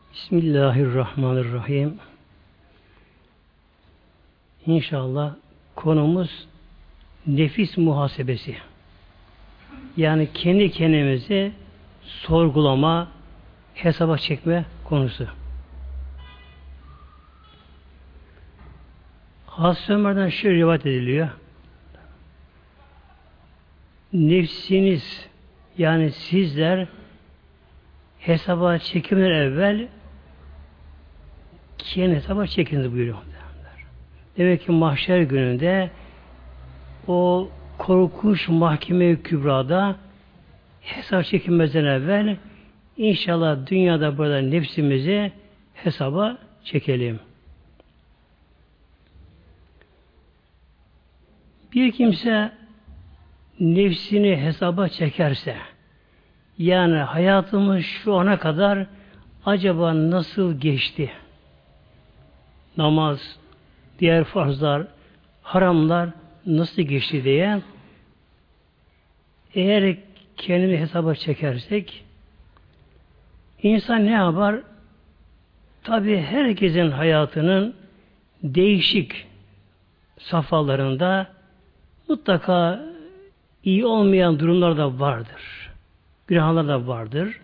Bismillahirrahmanirrahim. İnşallah konumuz nefis muhasebesi. Yani kendi kendimizi sorgulama, hesaba çekme konusu. Hazreti Ömer'den şöyle rivayet ediliyor. Nefsiniz, yani sizler hesaba çekimden evvel kendi hesaba çekiniz buyuruyor. Demek ki mahşer gününde o korkunç mahkeme-i kübrada hesap çekilmezden evvel inşallah dünyada burada nefsimizi hesaba çekelim. Bir kimse nefsini hesaba çekerse, yani hayatımız şu ana kadar acaba nasıl geçti? Namaz, diğer farzlar, haramlar nasıl geçti diye eğer kendini hesaba çekersek insan ne yapar? Tabi herkesin hayatının değişik safhalarında mutlaka iyi olmayan durumlar da vardır. Günahlar da vardır.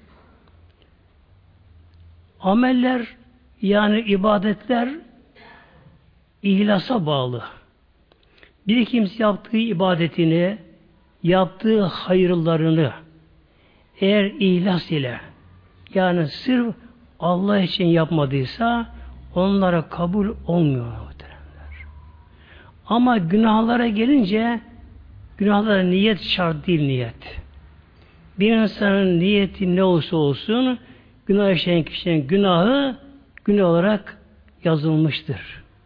Ameller, yani ibadetler İhlasa bağlı. Bir kimse yaptığı ibadetini, yaptığı hayırlarını eğer ihlas ile, yani sırf Allah için yapmadıysa onlara kabul olmuyor. Ama günahlara gelince günahlara niyet şart değil, niyet. Bir insanın niyeti ne olursa olsun günah işleyen kişinin günahı günah olarak yazılmıştır.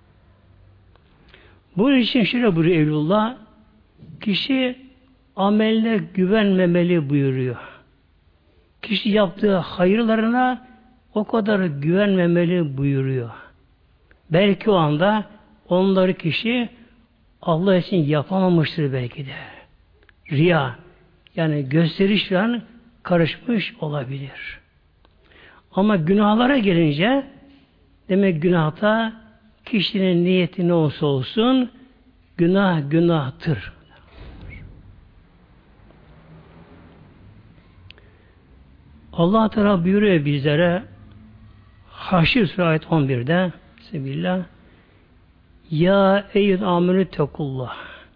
Bunun için şöyle buyuruyor Evlullah, kişi ameline güvenmemeli buyuruyor. Kişi yaptığı hayırlarına o kadar güvenmemeli buyuruyor. Belki o anda onları kişi Allah için yapamamıştır belki de. Riya, yani gösteriş falan karışmış olabilir. Ama günahlara gelince demek günahta kişinin niyeti ne olsa olsun günah günahtır. Allah Teala buyuruyor bizlere Haşr Suresi ayet 11'de Bismillah Ya eyyüd amenü tekullah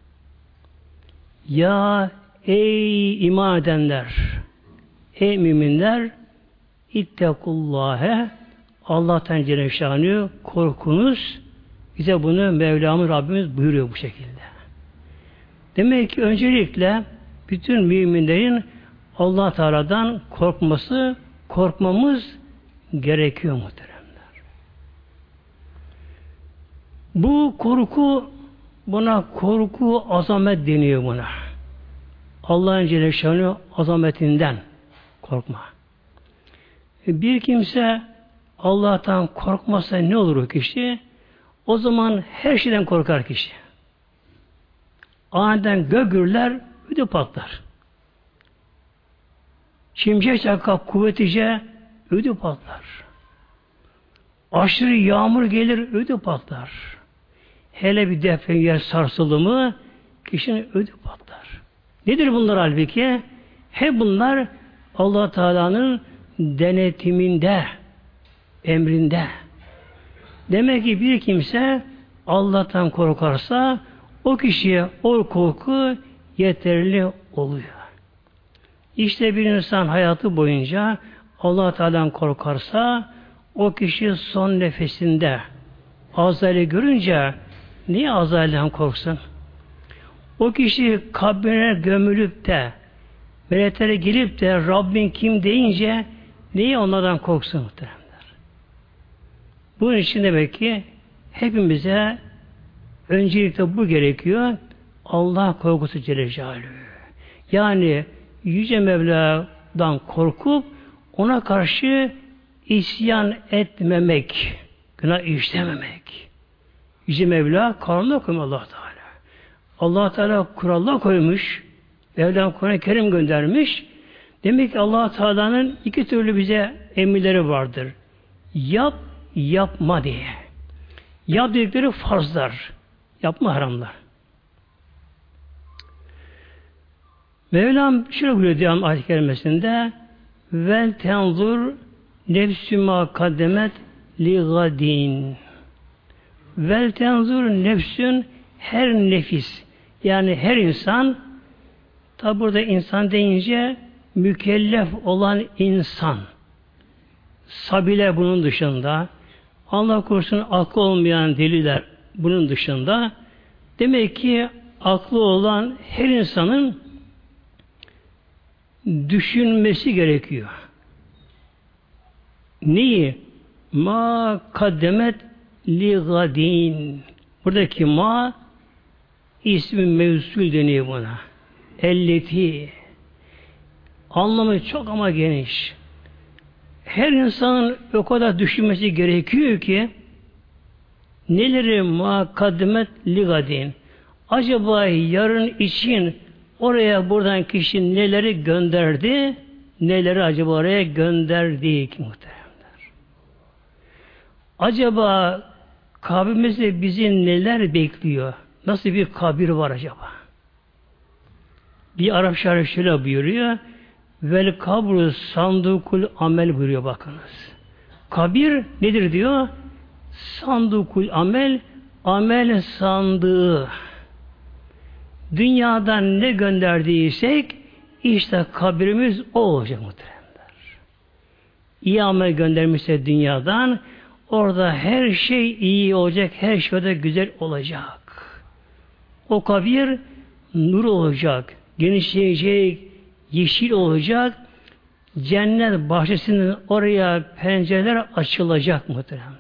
Ya ey iman edenler, ey müminler, ittekullâhe, Allah'tan Celle Şanı korkunuz. Bize bunu Mevlamız Rabbimiz buyuruyor bu şekilde. Demek ki öncelikle bütün müminlerin Allah Teala'dan korkmamız gerekiyor muhteremler. Bu korku, buna korku azamet deniyor buna. Allah'ın Celle Şanı azametinden korkma. Bir kimse Allah'tan korkmasa ne olur o kişi? O zaman her şeyden korkar kişi. Aniden gök gürler, ödü patlar. Şimşek çakar kuvvetice, ödü patlar. Aşırı yağmur gelir, ödü patlar. Hele bir deprem yer sarsıldı mı, kişinin ödü patlar. Nedir bunlar halbuki? Hep bunlar Allah Teala'nın denetiminde, emrinde. Demek ki bir kimse Allah'tan korkarsa o kişiye o korku yeterli oluyor. İşte bir insan hayatı boyunca Allah Teala'dan korkarsa o kişi son nefesinde Azrail'i görünce niye Azrail'den korksun? O kişi kabrine gömülüp de meleklere gelip de Rabbin kim deyince niye onlardan korksun muhteremler? Bunun için demek ki hepimize öncelikle bu gerekiyor. Allah korkusu Celle Celaluhu. Yani Yüce Mevla'dan korkup ona karşı isyan etmemek, günah işlememek. Yüce Mevla kanunlar koymuş Allah Teala. Allah Teala kurallar koymuş. Mevlam Kur'an-ı Kerim göndermiş. Demek ki Allah Teala'nın iki türlü bize emirleri vardır. Yap, yapma diye. Yap dedikleri farzlar. Yapma haramlar. Mevlam şöyle buyuruyor devam ayet-i kerimesinde vel tenzur nefsü ma kaddemet li gadin. Vel tenzur nefsün her nefis yani her insan tabi burada insan deyince mükellef olan insan sabiler bunun dışında Allah korusun aklı olmayan deliler bunun dışında demek ki aklı olan her insanın düşünmesi gerekiyor. Neyi? Ma kaddemet li gadin. Buradaki ma ismi mevsul deniyor buna. Elleti. Anlamı çok ama geniş. Her insanın o kadar düşünmesi gerekiyor ki neleri ma kaddemet li gadin. Acaba yarın için oraya buradan kişi neleri gönderdi, neleri acaba oraya gönderdi ki muhteremler. Acaba kabrimizde bizi neler bekliyor? Nasıl bir kabir var acaba? Bir Arap şairi şöyle buyuruyor. Vel kabru sandukul amel buyuruyor bakınız. Kabir nedir diyor? Sandukul amel, amel sandığı. Dünyadan ne gönderdiysek işte kabrimiz o olacak muhteremler. İyi amel göndermişse dünyadan orada her şey iyi olacak, her şey de güzel olacak. O kabir nur olacak, genişleyecek, yeşil olacak. Cennet bahçesinin oraya pencereler açılacak muhteremler.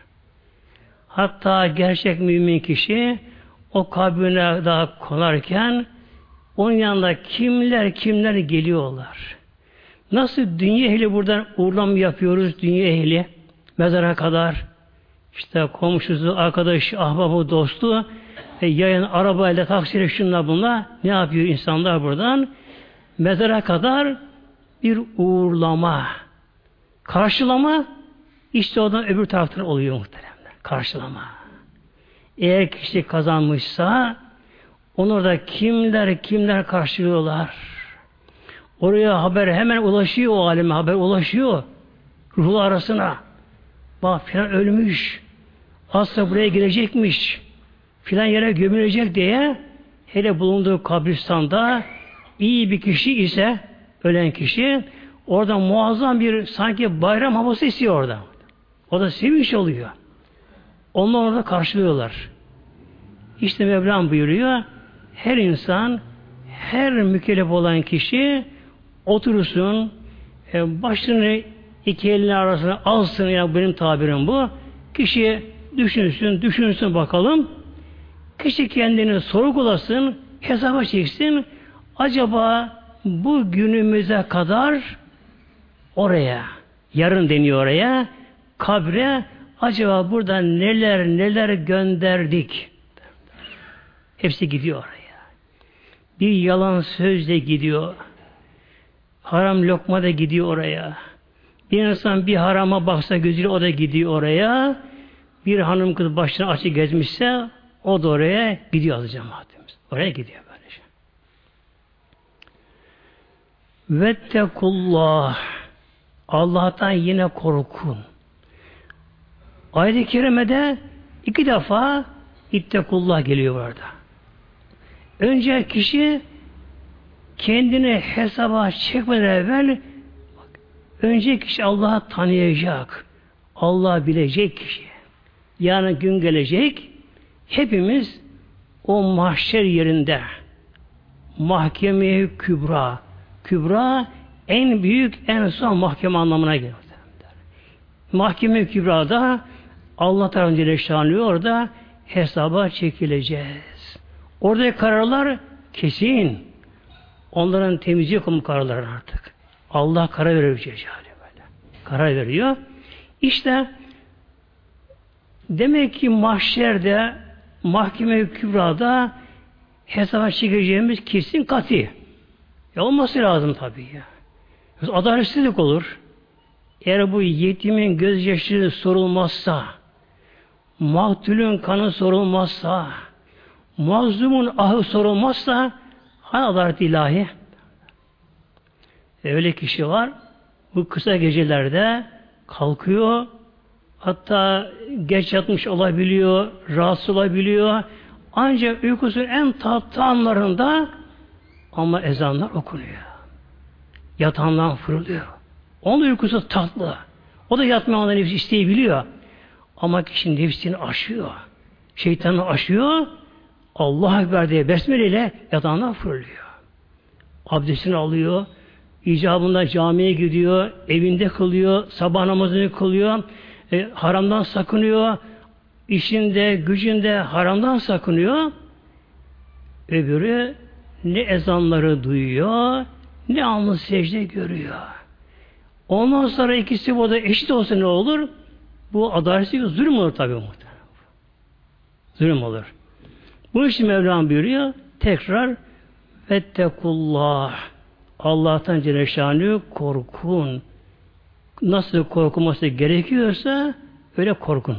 Hatta gerçek mümin kişi o kabrine daha konarken onun yanında kimler geliyorlar. Nasıl dünya ehli buradan uğurlama yapıyoruz dünya ehli mezara kadar işte komşusu, arkadaşı, ahbabı, dostu yayın arabayla, taksiyle şunla bunla ne yapıyor insanlar buradan? Mezara kadar bir uğurlama, karşılama işte oradan öbür taraftan oluyor muhteremler. Karşılama. Eğer kişi kazanmışsa onu orada kimler karşılıyorlar. Oraya haber hemen ulaşıyor, o aleme haber ulaşıyor. Ruhu arasına. Bak filan ölmüş. Asla buraya gelecekmiş. Filan yere gömülecek diye hele bulunduğu kabristanda iyi bir kişi ise ölen kişi orada muazzam bir sanki bayram havası esiyor orada. O da sevinç oluyor. Onlar orada karşılıyorlar. İşte Mevlam buyuruyor her insan her mükellef olan kişi oturursun başını iki elinin arasına alsın ya benim tabirim bu. Kişi düşünsün bakalım. Kişi kendini sorgulasın, hesaba çeksin. Acaba bu günümüze kadar oraya, yarın deniyor oraya, kabre acaba burada neler gönderdik? Hepsi gidiyor oraya. Bir yalan sözle gidiyor. Haram lokma da gidiyor oraya. Bir insan bir harama baksa gözüyle o da gidiyor oraya. Bir hanım kız başına açık gezmişse o da oraya gidiyor az cemaatimiz. Oraya gidiyor böylece. Vettekullah. Allah'tan yine korkun. Ayet-i kerimede 2 defa ittekullah geliyor orada. Önce kişi kendini hesaba çekmeden evvel önce kişi Allah'ı tanıyacak. Allah'ı bilecek kişi. Yani gün gelecek hepimiz o mahşer yerinde mahkeme-i kübra. Kübra en büyük en son mahkeme anlamına geliyor. Mahkeme-i kübrada Allah tarafından şanlıyor orada hesaba çekileceğiz. Oradaki kararlar kesin. Onların temizliği konu kararları artık. Allah karar veriyor böyle. Karar veriyor. İşte demek ki mahşerde mahkeme-i kübrada hesaba çekeceğimiz kesin kat'i. Ya olması lazım tabii ya. Adaletsizlik olur. eğer bu yetimin gözyaşı sorulmazsa, maktulün kanı sorulmazsa, mazlumun ahı sorulmazsa, hani adalet ilahi? Öyle kişi var, bu kısa gecelerde kalkıyor, hatta geç yatmış olabiliyor, rahatsız olabiliyor, ancak uykusunun en tatlı anlarında ama ezanlar okunuyor. Yatağından fırlıyor. Onun uykusu tatlı. O da yatmayandan nefsi isteyebiliyor. Ama kişinin nefsini aşıyor. Şeytanı aşıyor. Allah Ekber diye besmele ile yatağından fırlıyor. Abdestini alıyor. İcabında camiye gidiyor. Evinde kılıyor. Sabah namazını kılıyor. Haramdan sakınıyor. İşinde, gücünde haramdan sakınıyor. Öbürü ne ezanları duyuyor, ne alnı secde görüyor. Ondan sonra ikisi burada eşit olsa ne olur? Bu adaletsizlik zulüm olur tabii muhtemelen. Zulüm olur. Bu için Mevlam buyuruyor, tekrar vettekullah, Allah'tan Celle Şanı korkun. Nasıl korkulması gerekiyorsa öyle korkun.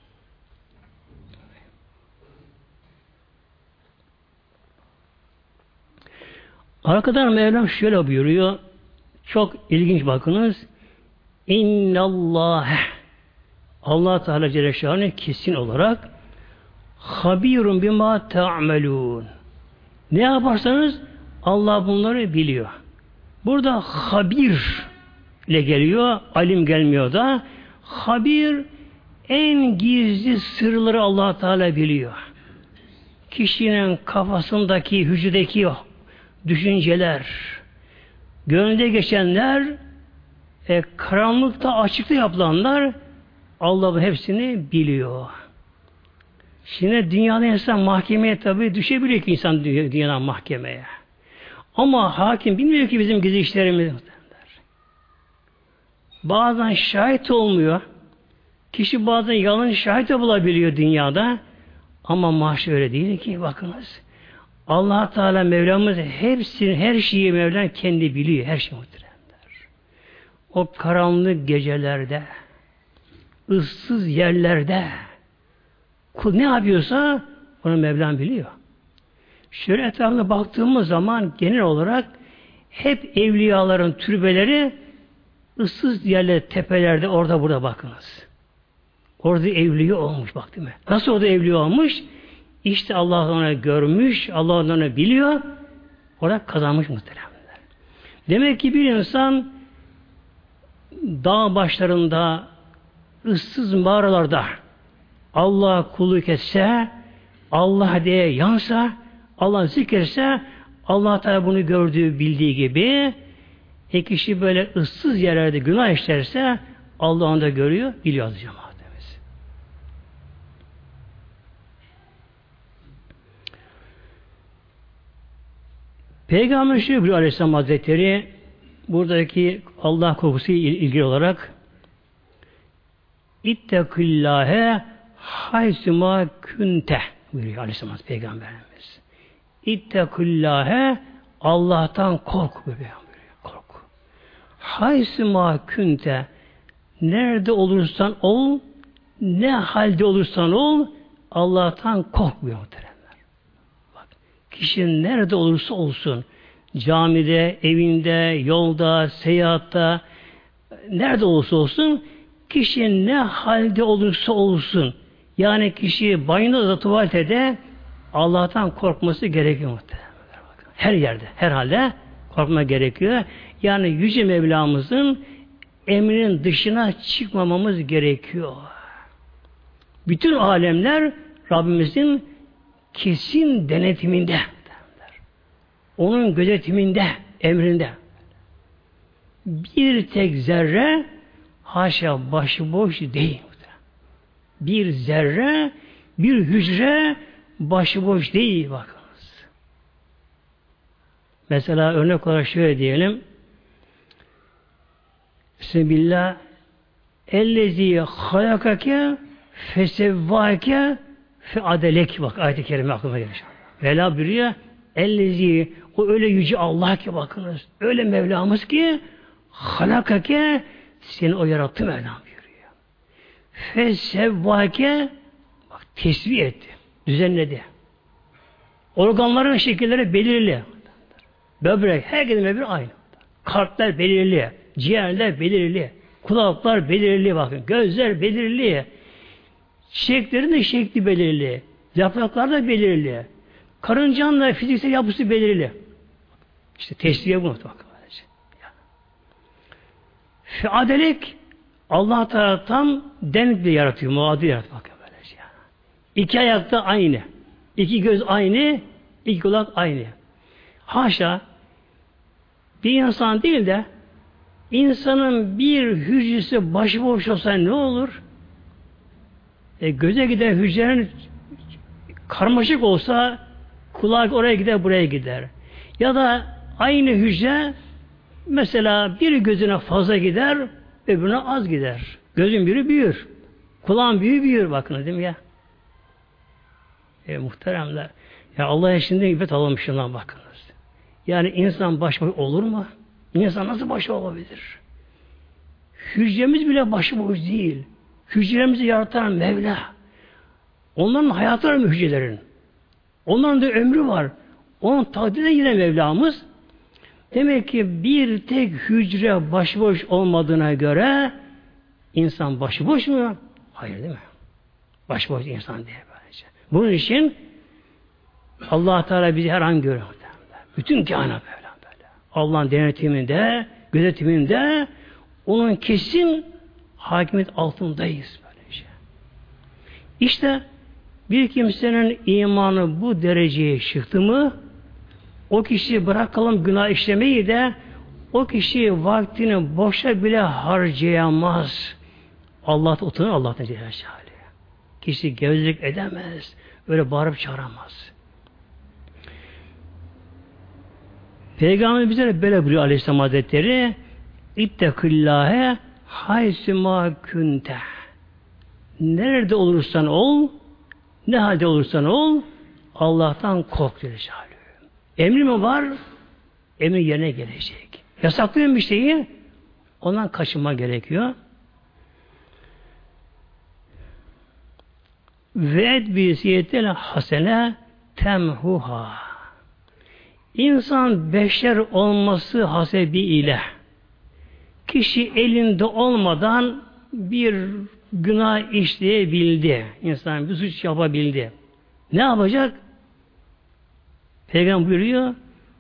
Arkadan Mevlam şöyle buyuruyor. Çok ilginç bakınız. İnnallâhe Allah Teala Celle Şanı kesin olarak habirun bima ta'melûn. Ne yaparsanız Allah bunları biliyor. Burada habir ile geliyor. Alim gelmiyor da. Habir en gizli sırları Allah Teala biliyor. Kişinin kafasındaki, hücredeki düşünceler, gönlünde geçenler, karanlıkta, açıkta yapılanlar Allah hepsini biliyor. Şimdi dünyada insan mahkemeye tabii düşebiliyor ki insan dünyadan mahkemeye. Ama hakim bilmiyor ki bizim gizli işlerimiz. Bazen şahit olmuyor. Kişi bazen yalan şahit bulabiliyor dünyada. Ama mahşer öyle değil ki bakınız. Allah Teala Mevlamız hepsini, her şeyi Mevlam kendi biliyor. Her şey muhteremler. O karanlık gecelerde, ıssız yerlerde kul ne yapıyorsa onu Mevlam biliyor. Şöyle etrafına baktığımız zaman genel olarak hep evliyaların türbeleri ıssız yerler, tepelerde, orada burada bakınız. Orada evliya olmuş bak değil mi? Nasıl orada evliya olmuş? İşte Allah onu görmüş, Allah onu biliyor, orada kazanmış muhteremler. Demek ki bir insan dağ başlarında, ıssız mağaralarda Allah kulluk etse, Allah diye yansa, Allah zikretse, Allah Teala bunu gördüğü, bildiği gibi, kişi böyle ıssız yerlerde günah işlerse, Allah onu da görüyor, biliyor cemaatimiz. Peygamber şöyle buyuruyor Aleyhisselam Hazretleri, buradaki Allah korkusu ilgili olarak İttekillâhe haysuma künte buyuruyor Aleyhisselam Hazretleri Peygamberimiz. İttekillâhe Allah'tan kork buyuruyor. Kork. Haysuma künte nerede olursan ol, ne halde olursan ol, Allah'tan kork buyuruyor. Bak, kişi nerede olursa olsun, camide, evinde, yolda, seyahatta, nerede olursa olsun, kişi ne halde olursa olsun, yani kişi banyoda da tuvalete de Allah'tan korkması gerekiyor muhtemelen. Her yerde, her halde korkma gerekiyor. Yani Yüce Mevlamızın emrinin dışına çıkmamamız gerekiyor. Bütün alemler Rabbimizin kesin denetiminde. Onun gözetiminde, emrinde. Bir tek zerre haşa başıboş değil. Bir zerre, bir hücre başıboş değil bakınız. Mesela örnek olarak şöyle diyelim. Bismillah ellezî halakake fesevvâke feadelek. Bak ayet-i kerime aklıma gelmiş. Vela buyuruyor. Ellezî o öyle yüce Allah ki bakınız. Öyle Mevlamız ki halakake Seni o yarattı Mevlam buyuruyor. Fesevvake bak tesbih etti. Düzenledi. Organların şekilleri belirli. Böbrek, herkesin böbreği aynı. Kalpler belirli. Ciğerler belirli. Kulaklar belirli bakın. Gözler belirli. Çiçeklerin de şekli belirli. Yapraklar da belirli. Karıncanın da fiziksel yapısı belirli. İşte tesbihe bunu bakın. Feadelik Allah tarafından denk bir yaratıyor. Muadil yaratıyor. Bakın böylece. İki ayakta aynı. İki göz aynı. İki kulak aynı. Haşa bir insan değil de insanın bir hücresi başıboş olsa ne olur? Göze giden hücrenin karmaşık olsa kulak oraya gider, buraya gider. Ya da aynı hücre mesela bir gözüne fazla gider, öbürüne az gider. Gözün biri büyür. Kulağın büyür bakın değil mi ya? Muhteremler. Ya Allah'a şimdi ibret alalım şundan bakınız. Yani insan başıboş olur mu? İnsan nasıl başıboş olabilir? Hücremiz bile başıboş değil. Hücremizi yaratan Mevla. Onların hayatı var mı hücrelerin? Onların da ömrü var. Onun takdirine yine Mevlamız. Demek ki bir tek hücre başıboş olmadığına göre insan başıboş mu? Hayır değil mi? Başıboş insan değil böylece. Bunun için Allah Teala bizi her an görüyor. Bütün kainat böyle. Allah'ın denetiminde, gözetiminde onun kesin hakimiyet altındayız böylece. İşte bir kimsenin imanı bu dereceye çıktı mı o kişi bırakalım günah işlemeyi de o kişi vaktini boşa bile harcayamaz. Allah'tan utanır, Allah'tan Celle Celaluhu. Kişi gevezelik edemez. Öyle bağırıp çağıramaz. Peygamber bize böyle buyuruyor Aleyhisselam Hazretleri İttekillâhe haysumâ kunte. Nerede olursan ol, ne halde olursan ol, Allah'tan kork Celle Celaluhu. Emri mi var? Emri yerine gelecek. Yasaklıyor bir şeyi, ondan kaçınma gerekiyor. Ve etbisiyetel hasene temhuha. İnsan beşer olması hasebiyle kişi elinde olmadan bir günah işleyebildi. İnsan bir suç yapabildi. Ne yapacak? Peygamber buyuruyor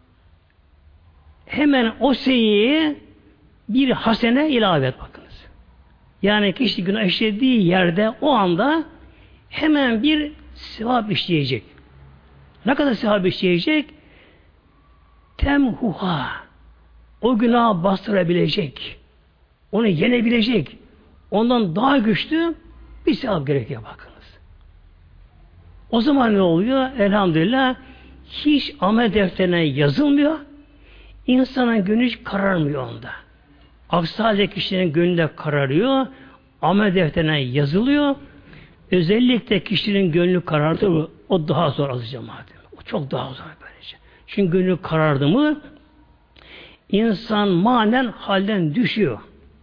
hemen o sayıyı bir hasene ilave et bakınız. Yani kişi günah işlediği yerde o anda hemen bir sevap işleyecek. Ne kadar sevap işleyecek? Temhuha. O günahı bastırabilecek. Onu yenebilecek. Ondan daha güçlü bir sevap gerekiyor bakınız. O zaman ne oluyor? Elhamdülillah hiç amel defterine yazılmıyor. İnsanın gönlü hiç kararmıyor onda. Aksi halde kişinin gönlü de kararıyor. Amel defterine yazılıyor. Özellikle kişinin gönlü karardı mı o daha zor az cemaat. O çok daha zor böylece. Çünkü gönlü karardı mı insan manen halden düşüyor.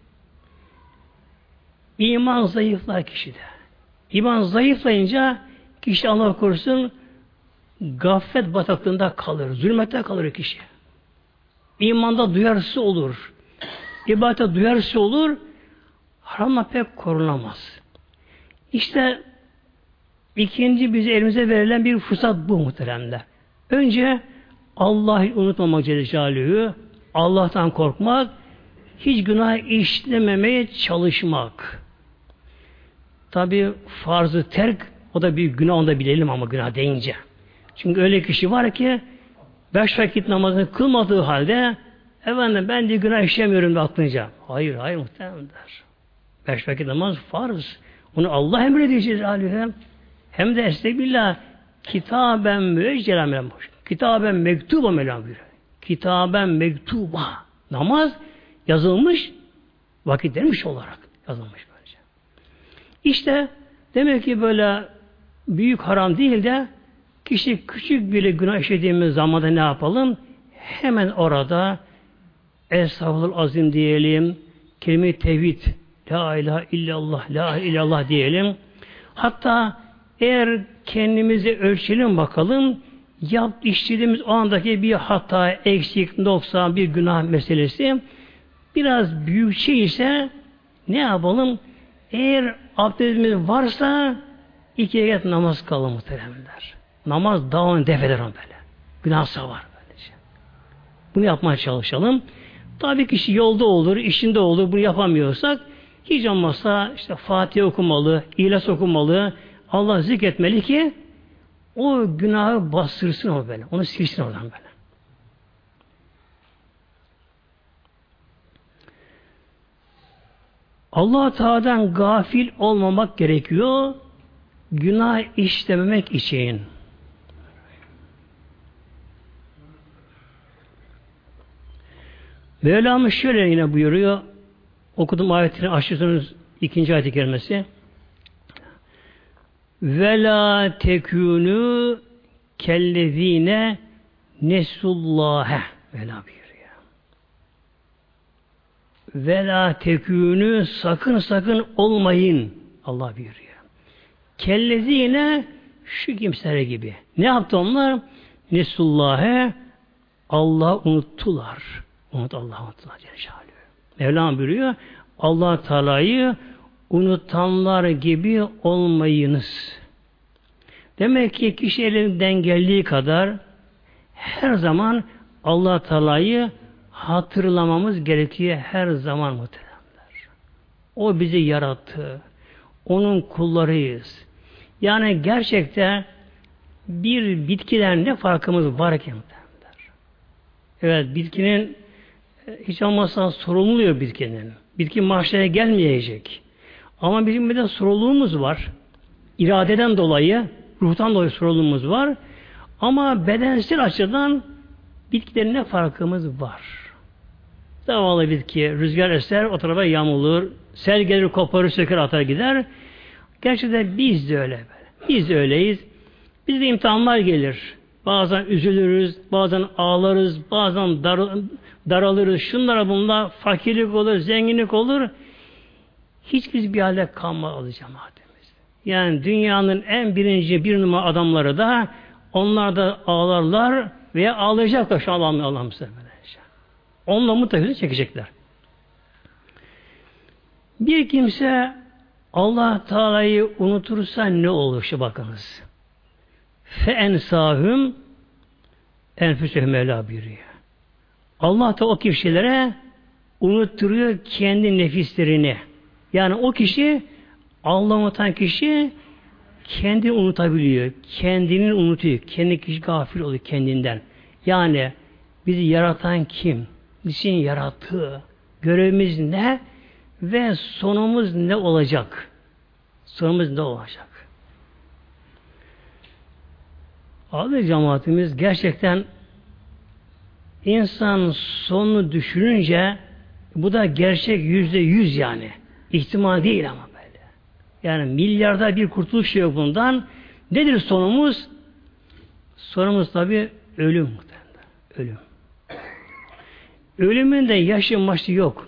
İman zayıflar kişide. İman zayıflayınca kişi Allah korusun gaflet bataklığında kalır. Zulmette kalır kişi. İmanda duyarsız olur. İbadete duyarsız olur. Haramla pek korunamaz. İşte ikinci bize elimize verilen bir fırsat bu muhteremler. Önce Allah'ı unutmamak Celle Celaluhu, Allah'tan korkmak, hiç günah işlememeye çalışmak. Tabi farzı terk, o da bir günah, onu da bilelim ama günah deyince. Çünkü öyle kişi var ki 5 vakit namazını kılmadığı halde efendim ben de günah işlemiyorum da aklınca. Hayır muhtemelenler. 5 vakit namaz farz. Onu Allah emrediyor Celaluhu. Hem de estağfirullah kitaben müeccelen kitaben mektuba melam buyuruyor. Kitaben mektuba. Namaz yazılmış vakitlenmiş olarak yazılmış böylece. İşte demek ki böyle büyük haram değil de kişi küçük bir günah işlediğimiz zamanda ne yapalım? Hemen orada Estağfurullah azim diyelim, kelime-i tevhid, la ilahe illallah, la ilahe illallah diyelim. Hatta eğer kendimizi ölçelim bakalım, işlediğimiz o andaki bir hata, eksik, noksan, bir günah meselesi biraz büyük şey ise ne yapalım? Eğer abdestimiz varsa 2 rekat namaz kılalım muhteremler. Namaz daha onu def eder onu böyle. Günah savar böylece. Bunu yapmaya çalışalım. Tabii kişi yolda olur, işinde olur, bunu yapamıyorsak hiç olmazsa işte Fatiha okumalı, İhlas okumalı, Allah zikretmeli ki o günahı bastırsın o böyle. Onu silsin oradan böyle. Allah Teala'dan gafil olmamak gerekiyor. Günah işlememek için. Mevlamız şöyle yine buyuruyor. Okudum ayetini açıyorsunuz 2. ayet-i kerimesi. Ve la tekûnû kellezîne nesullâhe. Mevla buyuruyor. Ve la tekûnû sakın olmayın. Allah buyuruyor. Kellezîne şu kimseler gibi. Ne yaptı onlar? Nesullâhe Allah unuttular. Allah unuttular. Mevlam buyuruyor. Allah Teala'yı unutanlar gibi olmayınız. Demek ki kişi elinden geldiği kadar her zaman Allah Teala'yı hatırlamamız gerekiyor her zaman muhteremler. O bizi yarattı. Onun kullarıyız. Yani gerçekten bir bitkiden ne farkımız var ki muhteremler? Evet, bitkinin hiç olmazsa sorumluluyor bitkinin. Bitki mahşere gelmeyecek. Ama bizim bir de sorumluluğumuz var. İradeden dolayı, ruhtan dolayı sorumluluğumuz var. Ama bedensel açıdan bitkilerin ne farkımız var? Zavallı bitki, rüzgar eser, o tarafa yağmurlar, sel gelir, koparır, söker, atar gider. Gerçekten biz de öyle böyle. Biz de öyleyiz. Bizde imtihanlar gelir. Bazen üzülürüz, bazen ağlarız, bazen daralırız. Şunlara bunlar fakirlik olur, zenginlik olur. Hiçbir bir hale kalmaz cemaatimiz. Yani dünyanın en birinci bir numara adamları da onlar da ağlarlar veya ağlayacaklar şu an Allah'ımıza. Onunla mutlaka çekecekler. Bir kimse Allah Teala'yı unutursa ne olur şu bakınız. Fe ensahum enfüsehum Mevla buyuruyor. Allah da o kişilere unutturuyor kendi nefislerini. Yani o kişi Allah'ı unutan kişi kendini unutabiliyor. Kendini unutuyor. Kendi kişi gafil oluyor kendinden. Yani bizi yaratan kim? Bizim yarattığı görevimiz ne? Ve sonumuz ne olacak? Sonumuz ne olacak? Aziz cemaatimiz gerçekten insan sonunu düşününce bu da gerçek %100 yani. İhtimal değil ama böyle. Yani milyarda bir kurtuluş yok bundan. Nedir sonumuz? Sonumuz tabi ölüm. Ölüm. Ölümün de yaşı maşı yok.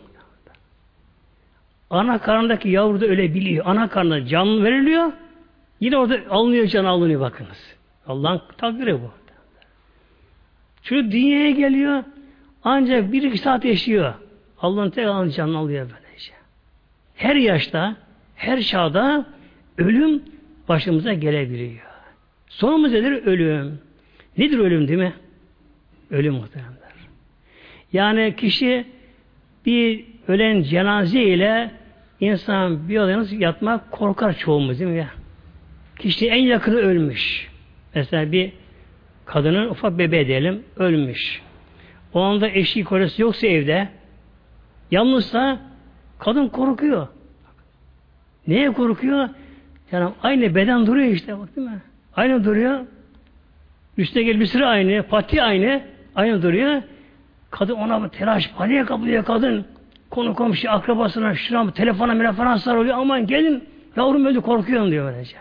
Ana karnındaki yavru da ölebiliyor. Ana karnına can veriliyor. Yine orada alınıyor, can alınıyor bakınız. Allah'ın takdiri bu. Çocuk dünyaya geliyor. Ancak 1-2 saat yaşıyor. Allah'ın tek canını alıyor böylece. Her yaşta, her çağda ölüm başımıza gelebiliyor. Sonumuz nedir? Ölüm. Nedir ölüm değil mi? Ölüm muhteremler. Yani kişi bir ölen cenaze ile insan bir odaya yatmak korkar çoğumuz değil mi ya? Kişi en yakını ölmüş. Mesela bir kadının ufak bebeği diyelim ölmüş. O anda eşi kocası yoksa evde yalnızsa kadın korkuyor. Neye korkuyor? Yani aynı beden duruyor işte bak değil mi? Aynı duruyor. Üstüne elbisesi aynı, pati aynı duruyor. Kadın ona telaş, paniğe kapılıyor kadın. Konu komşu, akrabasına, şuna, telefona sarılıyor. Aman gelin, yavrum öldü korkuyorum diyor böylece.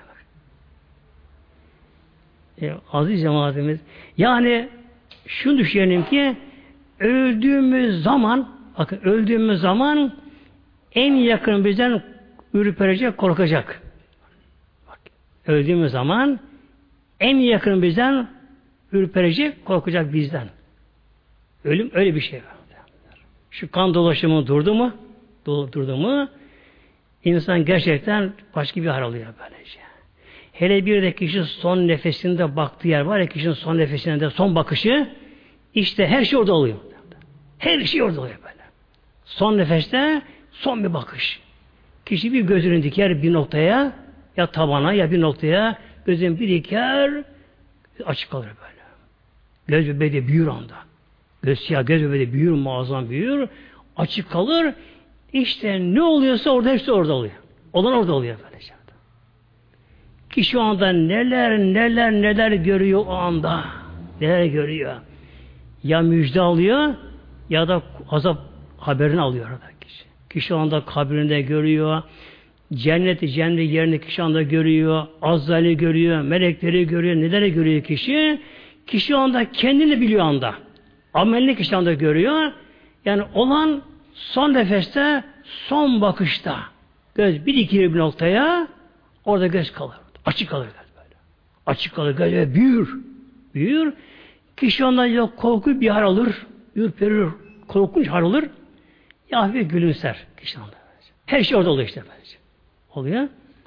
Aziz cemaatimiz. Yani şunu düşünelim ki öldüğümüz zaman en yakın bizden ürperecek, korkacak. Bak, öldüğümüz zaman en yakın bizden ürperecek, korkacak bizden. Ölüm öyle bir şey. Şu kan dolaşımı durdu mu? Durdu mu? İnsan gerçekten başka bir hal alıyor böylece. Hele bir de kişi son nefesinde baktığı yer var ya, kişinin son nefesinde son bakışı, işte her şey orada oluyor. Her şey orada oluyor böyle. Son nefeste son bir bakış. Kişi bir gözünü diker bir noktaya, ya tabana ya bir noktaya, gözünü bir diker, açık kalır böyle. Göz bebeği de büyür anda. Göz siyah, göz bebeği de büyür, muazzam büyür, açık kalır. İşte ne oluyorsa orada, hepsi orada oluyor. Olan orada oluyor böylece. Kişi o anda neler görüyor o anda. Neler görüyor. Ya müjde alıyor ya da azap haberini alıyor orada kişi. Kişi o anda kabrinde görüyor. Cennet yerini kişi anda görüyor. Azzali görüyor. Melekleri görüyor. Neleri görüyor kişi? Kişi o anda kendini biliyor anda. Amelini kişi anda görüyor. Yani olan son nefeste, son bakışta göz bir iki bir noktaya orada göz kalır. Açık kalır göz böyle. Açık kalır göz ve büyür. Kişi ondan yok korku bir hal alır. Ürperir. Korkunç hal alır. Ya hafif gülümser kişi anda. Her şey orada oluyor işte böylece. Oluyor.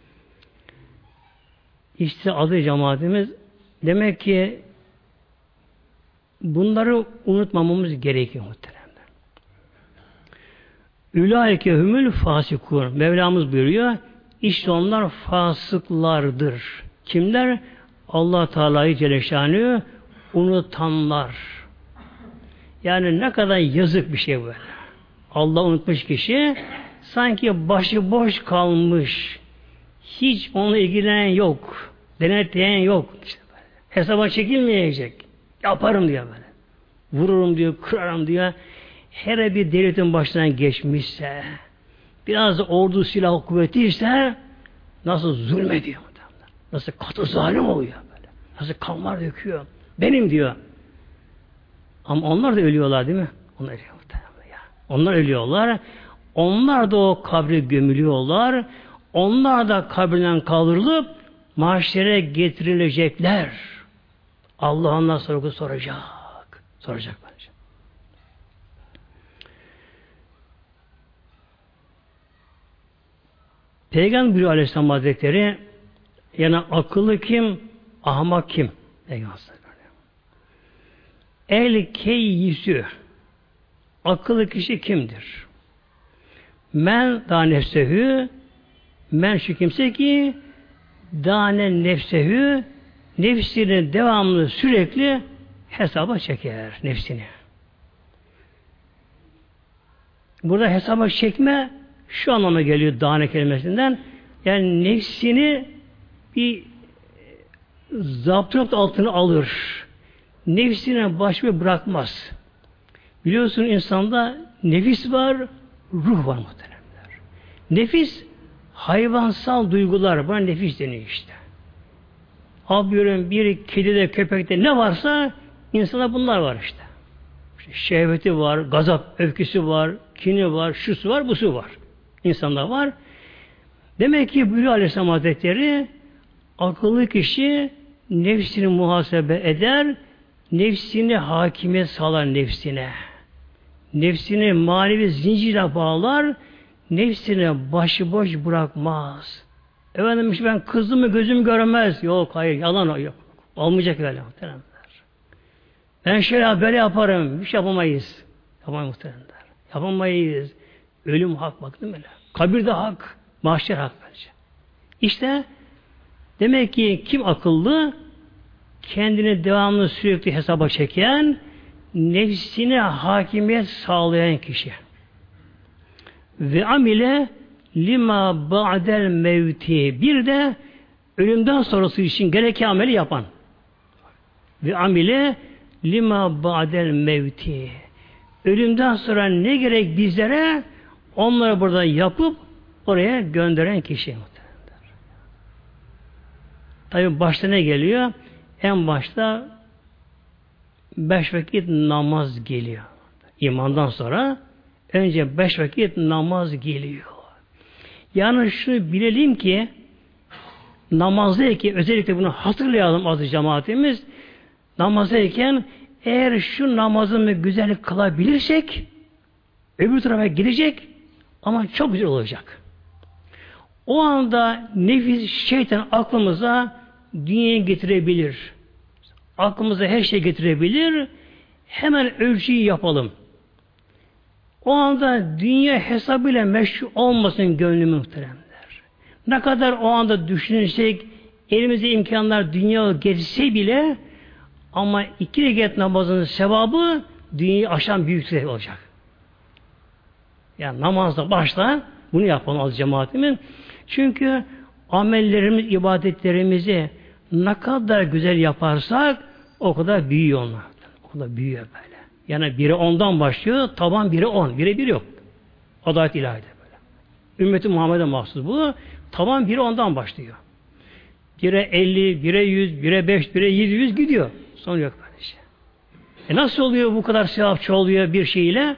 İşte adı cemaatimiz demek ki bunları unutmamamız gerekiyor muhteremler. Ulaike humul fasikun. Mevlamız buyuruyor. İşte onlar fasıklardır. Kimler? Allah Teala'yı Celle Şanı unutanlar. Yani ne kadar yazık bir şey böyle. Allah unutmuş kişi sanki başı boş kalmış. Hiç onunla ilgilenen yok. Denetleyen yok. İşte böyle. Hesaba çekilmeyecek. Yaparım diyor böyle. Vururum diyor, kırarım diyor. Her bir devletin başından geçmişse, biraz da ordu silah kuvveti ise nasıl zulmediyor. Nasıl katı zalim oluyor böyle. Nasıl kanlar döküyor. Benim diyor. Ama onlar da ölüyorlar değil mi? Onlar ölüyor. Onlar ölüyorlar. Onlar da o kabre gömülüyorlar. Onlar da kabrinden kaldırılıp mahşere getirilecekler. Allah ondan sorgu soracak. Soracak bence. Peygamber buyuruyor Aleyhisselam Hazretleri, yani akıllı kim, ahmak kim? El keyyisü, akıllı kişi kimdir? Men da nefsehü, men şu kimse ki dane nefsehü, nefsini devamlı sürekli hesaba çeker nefsini. Burada hesaba çekme şu anlama geliyor dane kelimesinden. Yani nefsini bir zapturapt altına alır. Nefsine baş bırakmaz. Biliyorsun insanda nefis var, ruh var muhteremler. Nefis hayvansal duygular. Buna nefis deniyor işte. Abiyorum bir kedide, köpekte ne varsa insanda bunlar var işte. Şehveti var, gazap, öfkesi var, kini var, şusu var, busu var. İnsanda var. Demek ki buyuruyor Aleyhisselam Hazretleri, akıllı kişi nefsini muhasebe eder, nefsini hakimiyet sağlar nefsine. Nefsini manevi zincirle bağlar, nefsine başıboş bırakmaz. Efendim ben kızımı gözüm görmez. Yok hayır yalan yok. Olmayacak öyle muhteremler. Ben şöyle böyle yaparım. Bir şey yapamayız. Yapamayız muhteremler. Yapamayız. Ölüm hak bak değil mi? Kabir de hak. Mahşer hak bence. İşte demek ki kim akıllı? Kendini devamlı sürekli hesaba çeken, nefsine hakimiyet sağlayan kişi. Ve amile lima ba'del mevti. Bir de ölümden sonrası için gereken ameli yapan. Ve amile lima ba'del mevti. Ölümden sonra ne gerek bizlere onları burada yapıp oraya gönderen kişi. Tabi başta ne geliyor? En başta 5 vakit namaz geliyor. İmandan sonra önce 5 vakit namaz geliyor. Yani şunu bilelim ki namazdayken özellikle bunu hatırlayalım aziz cemaatimiz. Namazdayken eğer şu namazını güzel kılabilirsek öbür tarafa gidecek ama çok güzel olacak. O anda nefis, şeytan aklımıza dünyayı getirebilir. Aklımıza her şey getirebilir. Hemen ölçüyü yapalım. O anda dünya hesabıyla meşgul olmasın gönlü muhteremler. Ne kadar o anda düşünürsek elimizde imkanlar dünya geçse bile ama 2 rekat namazının sevabı dünyayı aşan büyük sevap olacak. Yani namazda başla bunu yapalım az cemaatimin. Çünkü amellerimiz, ibadetlerimizi ne kadar güzel yaparsak o kadar büyüyor onlar. O kadar büyüyor böyle. Yani biri 10'dan başlıyor, taban biri 10. Bire 1 yok. Adalet ilahide böyle. Ümmeti Muhammed'e mahsus bu. Taban biri 10'dan başlıyor. Bire 50, bire 100, bire 5, bire 700 gidiyor. Son yok böyle şey. Nasıl oluyor bu kadar sevap çoğalıyor bir şeyle?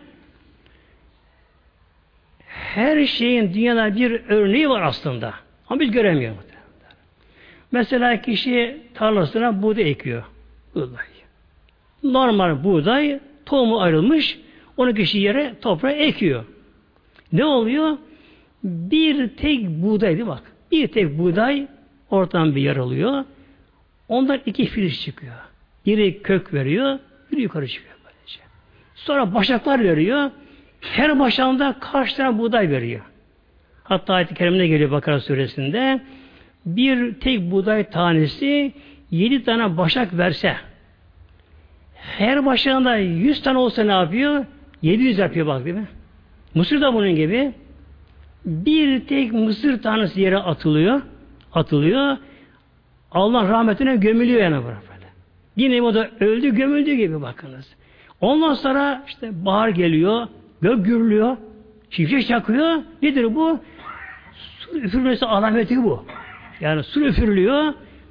Her şeyin dünyada bir örneği var aslında. Ama biz göremiyoruz. Mesela kişi tarlasına buğday ekiyor. Buğday. Normal buğday tohumu ayrılmış. Onu kişi yere toprağa ekiyor. Ne oluyor? Bir tek buğdaydı bak. Bir tek buğday ortadan bir yaralıyor. Ondan 2 filiz çıkıyor. Biri kök veriyor, biri yukarı çıkıyor böylece. Sonra başaklar veriyor. Her başağında kaç tane buğday veriyor. Hatta ayet-i kerimine geliyor Bakara suresinde. Bir tek buğday tanesi 7 tane başak verse, her başağında 100 tane olsa ne yapıyor? 700 yapıyor bak değil mi? Mısır da bunun gibi. Bir tek mısır tanesi yere atılıyor. Allah rahmetine gömülüyor yani böyle. Yine o da öldü gömüldü gibi bakınız. Ondan sonra işte bahar geliyor, gök gürlüyor, çiftçe çakıyor. Nedir bu? Su üfürmesi alameti bu. Yani su üfürülüyor.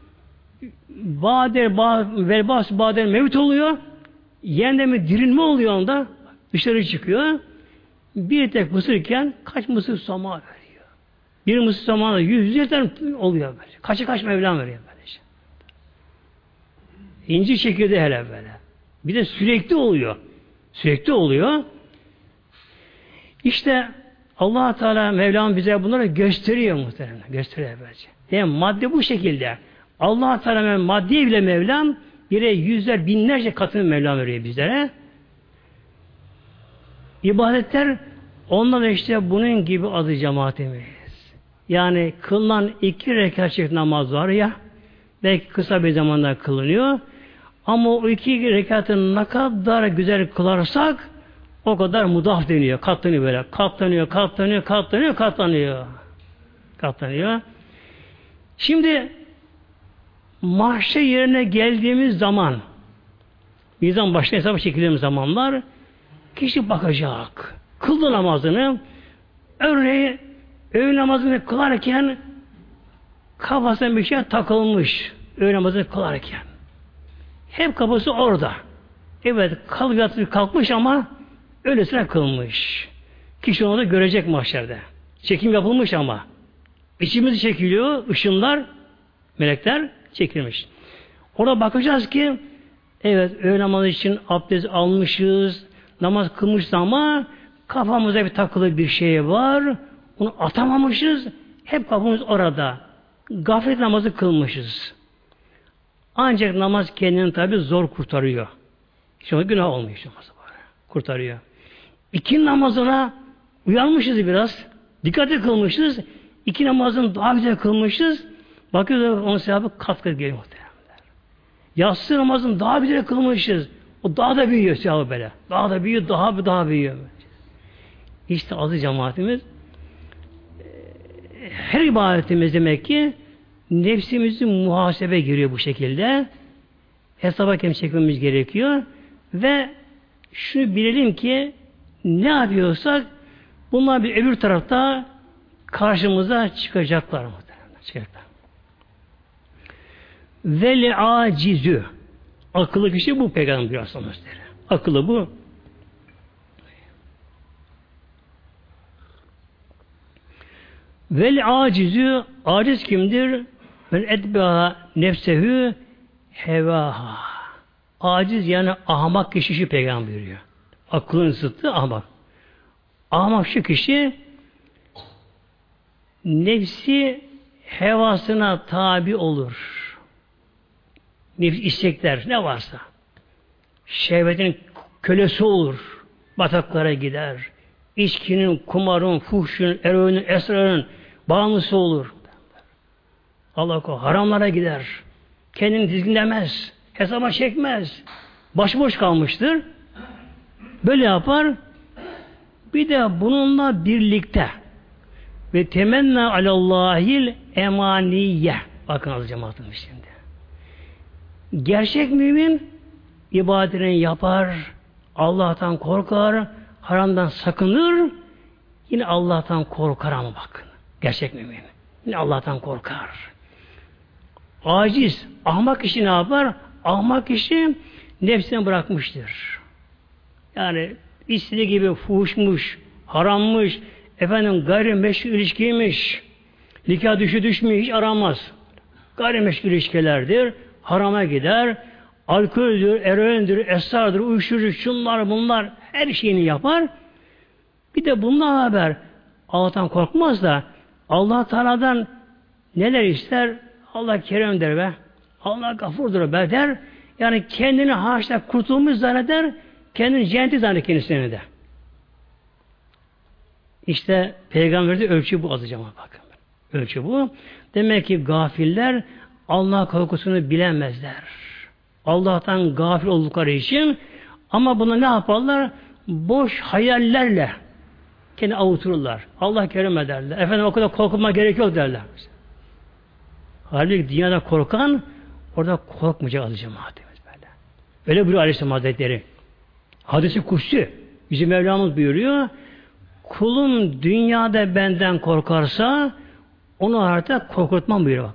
Baden mevcut oluyor. Yeniden mi dirilme oluyor onda. Dışarı çıkıyor. Bir tek mısırken kaç mısır samağı veriyor. Bir mısır samağına 100 tane oluyor böyle. Kaç Mevlam veriyor böylece. İnci çekirdeği hele böyle. Bir de sürekli oluyor. Sürekli oluyor. İşte Allah Teala Mevlam bize bunları gösteriyor muhtemelen. Gösteriyor böylece. Yani madde bu şekilde. Allah Teala maddiye bile Mevlam bire yüzler, binlerce katını Mevlam veriyor bizlere. İbadetler ondan işte bunun gibi adı cemaatimiz. Yani kılınan 2 rekat namaz var ya, belki kısa bir zamanda kılınıyor. Ama o 2 rekatı ne kadar güzel kılarsak o kadar mudaf deniyor. Katlanıyor böyle. Katlanıyor. Şimdi mahşer yerine geldiğimiz zaman mizan başına hesaba çekildiğimiz zamanlar kişi bakacak. Kıldı namazını örneğin öğle namazını kılarken kafasına bir şey takılmış. Öğle namazını kılarken. Hep kafası orada. Evet kalkmış ama öylesine kılmış. Kişi onu da görecek mahşerde. Çekim yapılmış ama. İçimiz çekiliyor, ışınlar, melekler çekilmiş. Orada bakacağız ki evet öğle namazı için abdest almışız, namaz kılmışız ama kafamıza bir takılı bir şey var. Onu atamamışız. Hep kafamız orada. Gaflet namazı kılmışız. Ancak namaz kendini tabi zor kurtarıyor. Hiç o günah olmuyor. Kurtarıyor. 2 namazına uyanmışız biraz. Dikkatli kılmışız. 2 namazını daha güzel kılmışız. Bakıyoruz onun sevabı kat geliyor muhtemelen. Yatsı namazını daha güzel kılmışız. O daha da büyüyor sevabı böyle. Daha da büyüyor, daha büyüyor. İşte aziz cemaatimiz her ibadetimiz demek ki nefsimizin muhasebe giriyor bu şekilde. Hesaba çekmemiz gerekiyor. Ve şunu bilelim ki ne yapıyorsak bunlar bir öbür tarafta karşımıza çıkacaklar. Ve acizü akıllı kişi bu peygamber biraz akıllı bu. Vel acizü, aciz kimdir? Men etbeha nefsehü hevaha. Aciz yani ahmak kişi şu peygamber buyuruyor. Aklın zıttı ahmak. Ahmak şu kişi nefsi hevasına tabi olur. Nefis istekler ne varsa. Şehvetin kölesi olur. Bataklara gider. İçkinin, kumarın, fuhşun, eroinin, esrarın bağımlısı olur. Allah korusun haramlara gider. Kendini dizginlemez. Hesaba çekmez. Başıboş kalmıştır. Böyle yapar. Bir de bununla birlikte ve temenna alallahil emaniye. Bakın az cemaatim şimdi. Gerçek mümin ibadetini yapar, Allah'tan korkar, haramdan sakınır, yine Allah'tan korkar ama bakın. Gerçek mümin. Yine Allah'tan korkar. Aciz, ahmak kişi ne yapar? Ahmak kişi nefsini bırakmıştır. Yani istediği gibi fuhuşmuş, harammış, gayrimeşru ilişkiymiş, nikah düşmüş, hiç aramaz. Gayrimeşru ilişkilerdir, harama gider, alkoldür, eroindir, esrardır, uyuşturucu, şunlar bunlar her şeyini yapar. Bir de bundan haber Allah'tan korkmaz da Allah Teala'dan neler ister? Allah keremdir be. Allah gafurdur be der. Yani kendini haşta kurtulmuş zanneder, kendini cenneti zanneder kendisine de. İşte Peygamber'de ölçü bu azıcık ama bakın. Ölçü bu. Demek ki gafiller Allah korkusunu bilemezler. Allah'tan gafil oldukları için ama bunu ne yaparlar? Boş hayallerle kendini avutururlar. Allah kerim ederler. Efendim o kadar korkma gerek yok derler. Halbuki dünyada korkan orada korkmayacak adı cemaatimiz böyle. Öyle buyuruyor Aleyhisselam Hazretleri. Hadis-i Kutsi bizim Mevlamız buyuruyor. Kulum dünyada benden korkarsa onu artık korkutmam buyuruyor.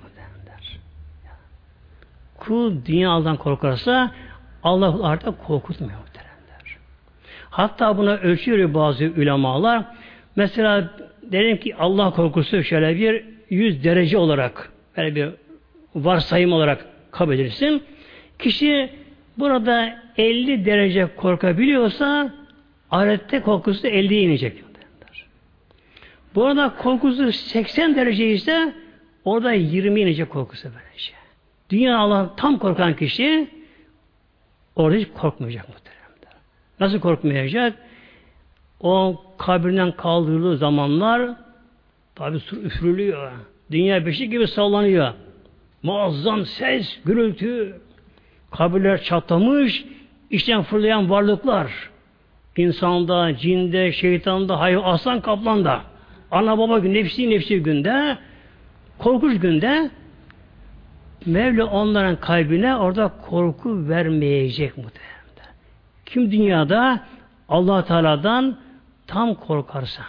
Kul dünyadan korkarsa Allah artık korkutmuyor derler. Hatta buna ölçüyor bazı ulemalar. Mesela derim ki Allah korkusu şöyle bir 100 derece olarak böyle bir varsayım olarak kabul edilsin. Kişi burada 50 derece korkabiliyorsa ahirette korkusu 50'ye inecek derler. Bu arada korkusu 80 derece ise orada 20 inecek korkusu böylece. Dünya Allah'tan tam korkan kişi orada hiç korkmayacak muhteremler. Nasıl korkmayacak? O kabirden kaldırıldığı zamanlar tabi su üfürülüyor. Dünya beşik gibi sallanıyor. Muazzam ses, gürültü. Kabirler çatlamış, içten fırlayan varlıklar. İnsanda, cinde, şeytanda, hayvan, aslan, kaplanda. Ana baba gün, nefsi günde, korkunç günde Mevla onların kalbine orada korku vermeyecek muhtemelen. Kim dünyada Allah Teala'dan tam korkarsa.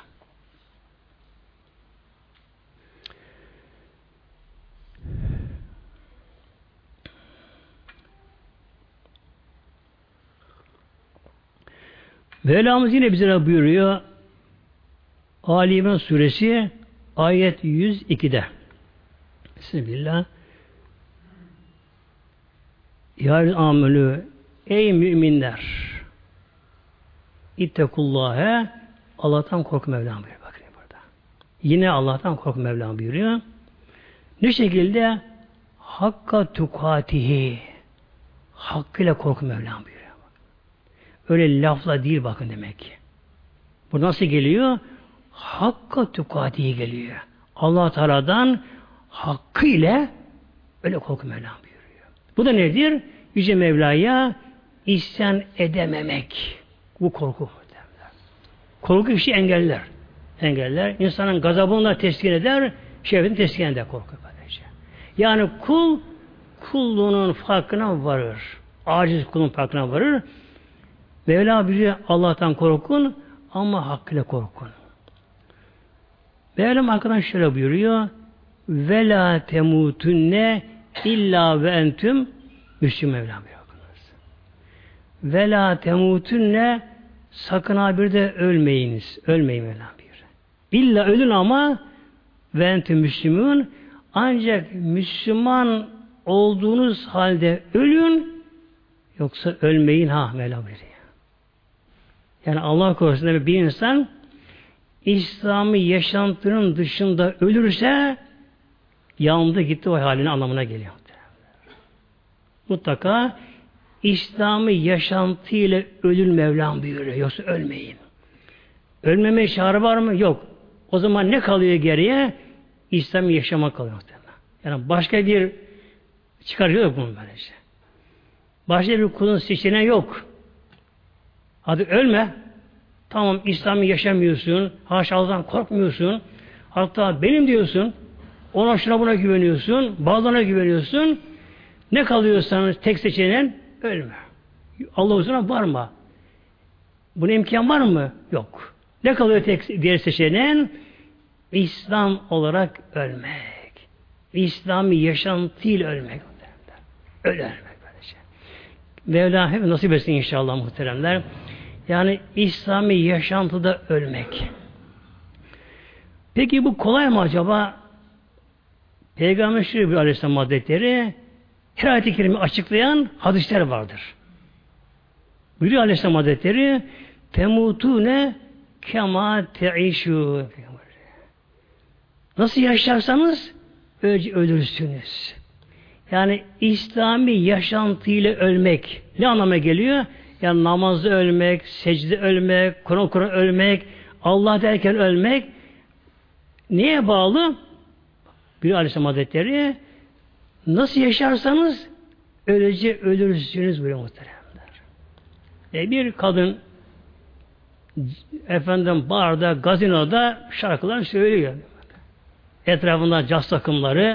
Mevlamız yine bize buyuruyor Ali İmran suresi ayet 102'de. Bismillah. Ya amelü ey müminler İttekullâhe Allah'tan korku Mevlam buyuruyor. Bakın burada. Yine Allah'tan korku Mevlam buyuruyor. Ne şekilde? Hakka tukatihi hakkıyla korku Mevlam buyuruyor. Öyle lafla değil bakın demek ki. Bu nasıl geliyor? Hakka tukatihi geliyor. Allah Teala'dan hakkıyla öyle korku Mevlam buyuruyor. Bu da nedir? Yüce Mevla'ya isyan edememek. Bu korku. Korku kişi engeller. Engeller. İnsanın gazabını teskin eder, şehvetini teskin eder korku böylece. Yani kul kulluğunun farkına varır. Aciz kulun farkına varır. Mevla bize Allah'tan korkun ama hakkıyla korkun. Mevlam arkadan şöyle buyuruyor. Ve la temutunne illa ve entüm Müslüm Mevlam buyuruyor. Ve la temutunne sakın ha bir de ölmeyiniz. Ölmeyin Mevlam buyuruyor. İlla ölün ama ve entüm müslümün, ancak Müslüman olduğunuz halde ölün, yoksa ölmeyin ha Mevla buyuruyor. Yani Allah korusun bir insan İslami yaşantının dışında ölürse yandı gitti o halinin anlamına geliyor. Mutlaka İslami yaşantıyla ölün Mevlam buyuruyor. Yoksa ölmeyin. Ölmeme çare var mı? Yok. O zaman ne kalıyor geriye? İslami yaşama kalıyor. Yani başka bir çıkarıcı yok bunun böylece. Başka bir kulun seçeneği yok. Hadi ölme. Tamam İslami yaşamıyorsun. Haşa Allah'tan korkmuyorsun. Hatta benim diyorsun. Ona şuna buna güveniyorsun. Bazılarına güveniyorsun. Ne kalıyorsanız tek seçeneğin ölme. Allah huzuruna varma. Buna imkan var mı? Yok. Ne kalıyor tek diğer seçeneğin? İslam olarak ölmek. İslami yaşantıyla ölmek. Ölmek böylece. Mevla hep nasip etsin inşallah muhteremler. Yani İslami yaşantıda ölmek. Peki bu kolay mı acaba? Peygamber Şerif Aleyhisselam Hazretleri her ayet-i kerime açıklayan hadisler vardır. Buyuruyor Aleyhisselam Hazretleri temutune kema teişû. Nasıl yaşarsanız ölürsünüz. Yani İslami yaşantıyla ölmek ne anlama geliyor? Yani namazda ölmek, secde ölmek, Kur'an ölmek, Allah derken ölmek neye bağlı? Bir Aleyhisselam Hazretleri nasıl yaşarsanız öylece ölürsünüz buyuruyor muhteremler. Bir kadın efendim barda, gazinoda şarkılar söylüyor. Etrafında caz takımları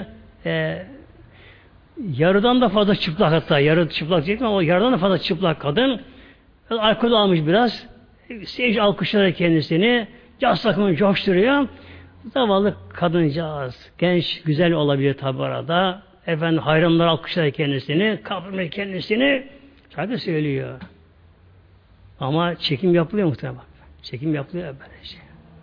yarıdan da fazla çıplak hatta yarı çıplak değil ama o yarıdan da fazla çıplak kadın alkol almış biraz seyirci alkışlayarak kendisini caz takımını coşturuyor. Zavallı kadıncağız genç güzel olabilir tabi arada efendim hayranlar alkışlayarak kendisini kapırmış kendisini şarkı söylüyor. Ama çekim yapılıyor muhtemelen. Çekim yapılıyor böylece.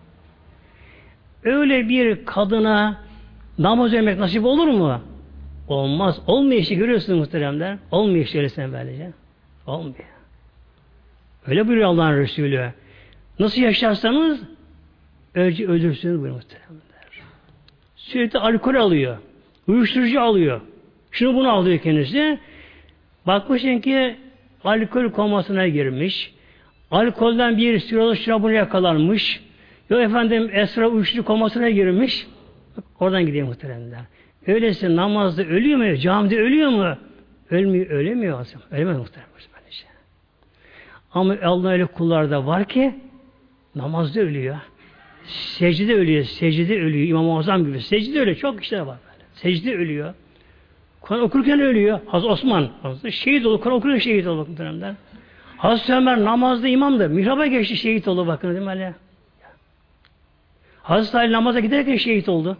Öyle bir kadına namaz öğrenmek nasip olur mu? Olmaz. Olmuyor işte görüyorsunuz muhteremler. Olmuyor işte öylesine böylece. Olmuyor. Öyle buyuruyor Allah'ın Resulü. Nasıl yaşarsanız önce ölürsünüz buyuruyor muhteremler. Sürekli alkol alıyor. Uyuşturucu alıyor. Şunu bunu alıyor kendisi. Bakmışsın ki alkol komasına girmiş. Alkolden bir sürü şurabını yakalanmış. Yok efendim esrar uyuşturucu komasına girmiş. Oradan gidiyor muhteremler. Öyleyse namazda ölüyor mu? Camide ölüyor mu? Ölmüyor, ölemiyor aslında. Ölemez muhteremler. Ama Allah'ın öyle kulları da var ki namazda ölüyor. Secde ölüyor. Secde ölüyor. İmam-ı Azam gibi. Secde ölüyor. Çok kişiler var böyle. Secde ölüyor. Kur'an okurken ölüyor. Hazreti Osman şehit oldu. Kur'an okurken şehit oldu muhteremler. Hazreti Ömer namazda imamdı. Mihraba geçti şehit oldu bakın değil mi öyle? Hazreti Ali namaza giderken şehit oldu.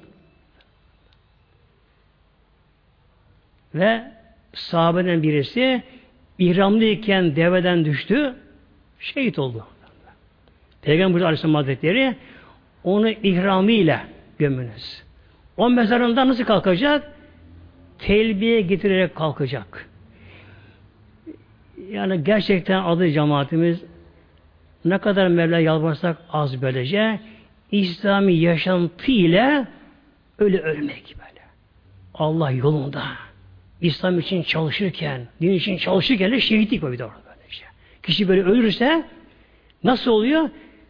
Ve sahabeden birisi ihramlıyken deveden düştü. Şehit oldu. Peygamber Aleyhisselam Hazretleri onu ihramıyla gömünüz. O mezarından nasıl kalkacak? Telbiye getirerek kalkacak. Yani gerçekten adı cemaatimiz ne kadar Mevla yalvarsak az böylece İslami yaşantı ile öyle ölmek böyle. Allah yolunda. İslam için çalışırken, din için çalışırken de şehitlik var bir de orada böylece. Kişi böyle ölürse nasıl oluyor?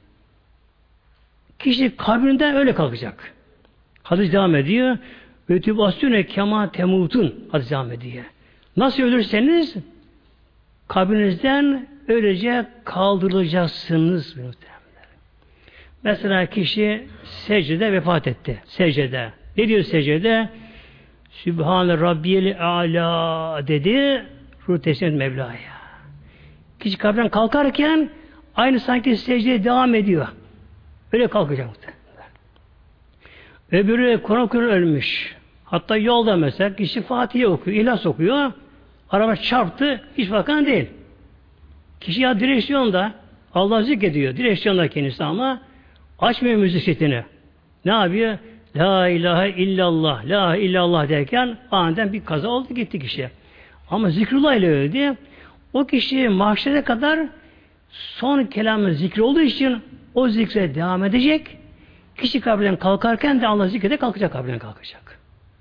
Kişi kabrinden öyle kalkacak. Hadis devam ediyor. Ve tübassüne kema temutun hadis devam ediyor. Nasıl ölürseniz kabrinizden öylece kaldırılacaksınız. Mesela kişi secdede vefat etti. Secdede. Ne diyor secdede? Sübhane Rabbiyel A'la dedi. Ruh teslim Mevla'ya. Kişi kabrinden kalkarken aynı sanki secdeye devam ediyor. Öyle kalkacak. Öbürü Kur'an ölmüş. Hatta yolda mesela kişi Fatiha okuyor, İhlas okuyor. Araba çarptı, hiç bakan değil. Kişi ya direksiyonda Allah zikrediyor. Direksiyonda kendisi ama açmıyor müzik setini. Ne yapıyor? La ilahe illallah, la ilahe illallah derken aniden bir kaza oldu gitti kişi. Ama zikrullah ile öldü. O kişi mahşere kadar son kelamı zikri olduğu için o zikre devam edecek. Kişi kabrinden kalkarken de Allah zikrede kalkacak, kabrinden kalkacak.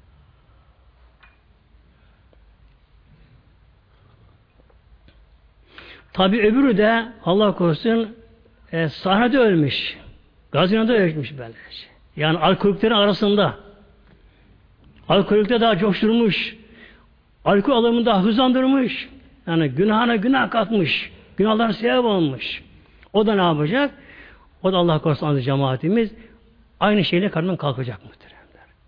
Tabi öbürü de Allah korusun sahnede ölmüş. Gazinoda ölmüş böylece. Yani alkoliklerin arasında. Alkolikte daha coşturmuş. Alkol alımını daha hızlandırmış. Yani günahına günah katmış. Günahlar sebep olmuş. O da ne yapacak? O da Allah korusun aziz cemaatimiz aynı şeyle karnından kalkacak muhteremler.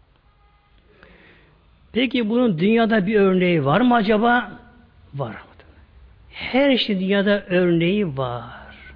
Peki bunun dünyada bir örneği var mı acaba? Var. Her şey dünyada örneği var.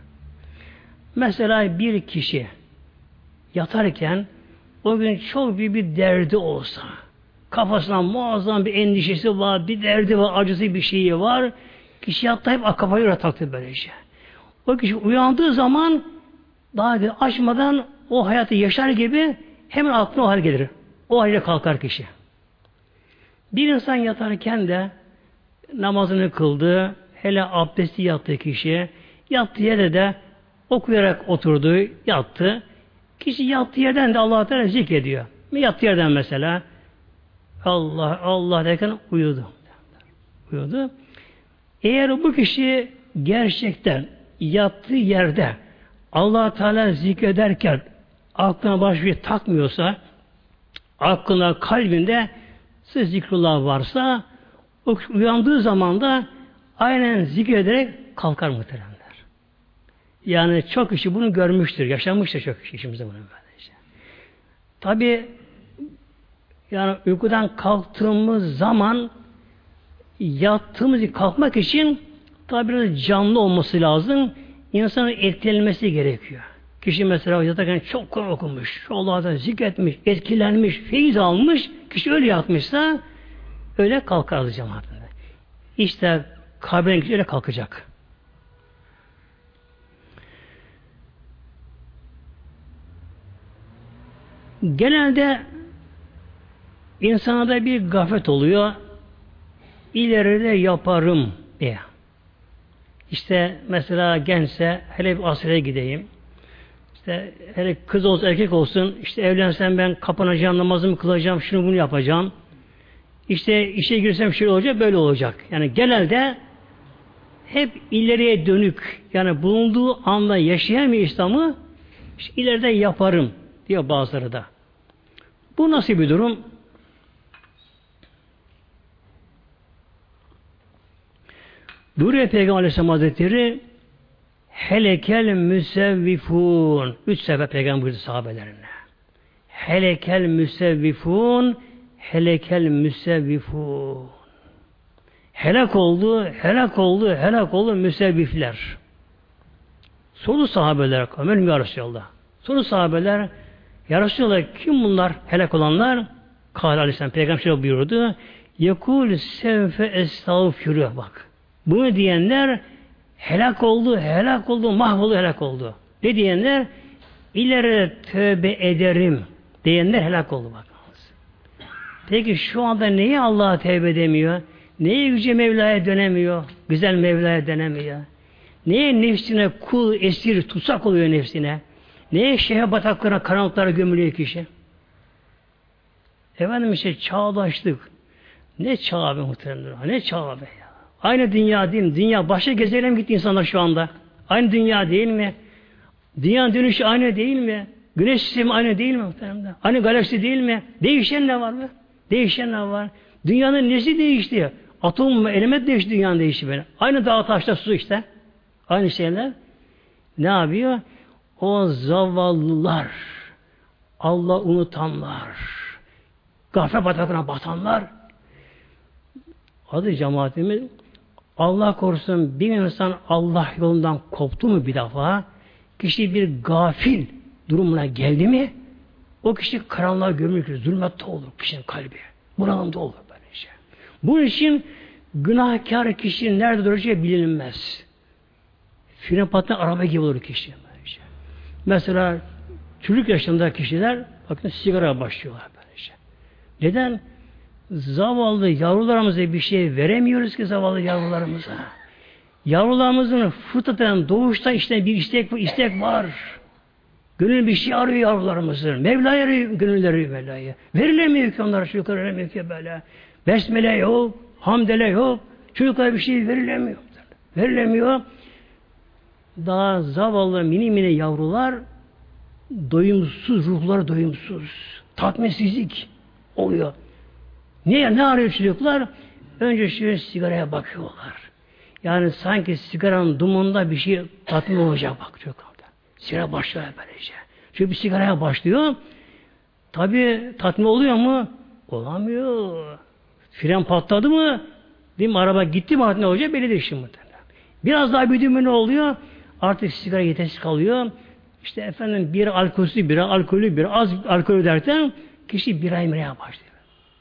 Mesela bir kişi yatarken o gün çok büyük bir derdi olsa, kafasına muazzam bir endişesi var, bir derdi var, acısı bir şeyi var, kişi yattı hep kafayı rataktı böylece. O kişi uyandığı zaman daha bir açmadan o hayatı yaşar gibi hemen aklına o hal gelir. O halde kalkar kişi. Bir insan yatarken de namazını kıldı, hele abdesti yattı kişi, yattığı yerde de okuyarak oturdu, yattı. Kişi yattığı yerden de Allah'a Teala zikrediyor. Yattığı yerden mesela Allah, Allah derken uyudu. Uyudu. Eğer bu kişi gerçekten yattığı yerde Allah Teala zikrederken aklına başka bir takmıyorsa, aklına, kalbinde zikrullah varsa, o uyandığı zaman da aynen zikrederek kalkar muhteremler. Yani çok kişi bunu görmüştür, yaşamıştır çok kişi işimizde bunu böylece. Tabi yani uykudan kalktığımız zaman yattığımız kalkmak için tabi biraz canlı olması lazım. İnsanın etkilenmesi gerekiyor. Kişi mesela yatarken çok Kur'an okumuş, Allah'tan zikretmiş, etkilenmiş, feyiz almış, kişi öyle yatmışsa öyle kalkar cemaatinde. İşte kabrine kişi öyle kalkacak. Genelde insana da bir gaflet oluyor. İleride yaparım diye. İşte mesela gençse hele bir asire gideyim. İşte hele kız olsun erkek olsun işte evlensem ben kapanacağım, namazımı kılacağım, şunu bunu yapacağım. İşte işe girsem şöyle olacak, böyle olacak. Yani genelde hep ileriye dönük yani bulunduğu anda yaşayamıyor İslam'ı işte ileride yaparım diyor bazıları da. Bu nasıl bir durum? Buyuruyor Peygamber Aleyhisselam Hazretleri helekel müsevvifun 3 sebep Peygamber buyurdu sahabelerine. Helekel müsevvifun helekel müsevvifun helak oldu, helak oldu, helak oldu müsevvifler. Soru sahabeler Ömer ya Resulallah. Soru sahabeler ya Resulallah kim bunlar helak olanlar? Kâle Aleyhisselam Peygamber şöyle buyurdu. Yekûl sevfe estağfirü bak. Bunu diyenler helak oldu, helak oldu, mahvoldu, helak oldu. Ne diyenler? İleride tövbe ederim diyenler helak oldu bakınız. Peki şu anda neye Allah'a tövbe edemiyor? Neye Yüce Mevla'ya dönemiyor? Güzel Mevla'ya dönemiyor? Neye nefsine kul, esir, tutsak oluyor nefsine? Neye şehre bataklarına, karanlıklara gömülüyor kişi? Efendim işte çağdaşlık. Ne çağ be muhtemelen? Ne çağ be ya? Aynı dünya değil mi? Dünya başka gezegene mi gitti insanlar şu anda? Aynı dünya değil mi? Dünyanın dönüşü aynı değil mi? Güneş sistemi aynı değil mi muhtemelen? Aynı galaksi değil mi? Değişen ne var mı? Değişen ne var? Dünyanın nesi değişti? Atom mu, element değişti, dünyanın değişti böyle. Aynı dağ, taşta, su işte. Aynı şeyler. Ne yapıyor? O zavallılar, Allah unutanlar, gaflet bataklarına batanlar, adı cemaatimiz, Allah korusun bir insan Allah yolundan koptu mu bir defa, kişi bir gafil durumuna geldi mi, o kişi karanlığa gömülür, zulmette olur kişinin kalbi, bunalımda olur böyle şey. Bunun için günahkar kişinin nerede duracağı bilinmez. Fren patlayan araba gibi olur kişi. Mesela çocuk yaşında kişiler Bakın sigara başlıyorlar böylece. Neden? Zavallı yavrularımıza bir şey veremiyoruz ki zavallı yavrularımıza. Yavrularımızın fıtraten doğuşta işte bir istek var. Gönül bir şey arıyor yavrularımızın. Mevla'yı arıyor, gönülleri Mevla'yı. Verilemiyor ki onlara, çocuklara verilemiyor ki böyle. Besmele yok, hamdele yok. Çocuklara bir şey verilemiyor. Verilemiyor. Daha zavallı mini mini yavrular doyumsuz, ruhları doyumsuz. Tatminsizlik oluyor. Ne arıyor çocuklar? Önce şöyle sigaraya bakıyorlar. Yani sanki sigaranın dumunda bir şey tatmin olacak bak çocuklar. Sigara başlıyor böylece. Çünkü bir sigaraya başlıyor. Tabii tatmin oluyor mu? Olamıyor. Fren patladı mı? Değil mi? Araba gitti mi? Ne olacak? Bellidir şimdi. Biraz daha büyüdüğü mü ne oluyor? Artık sigara yetersiz kalıyor. İşte efendim bir alkolsüz bira, alkolü bira, az alkolü derken kişi biraya başlıyor.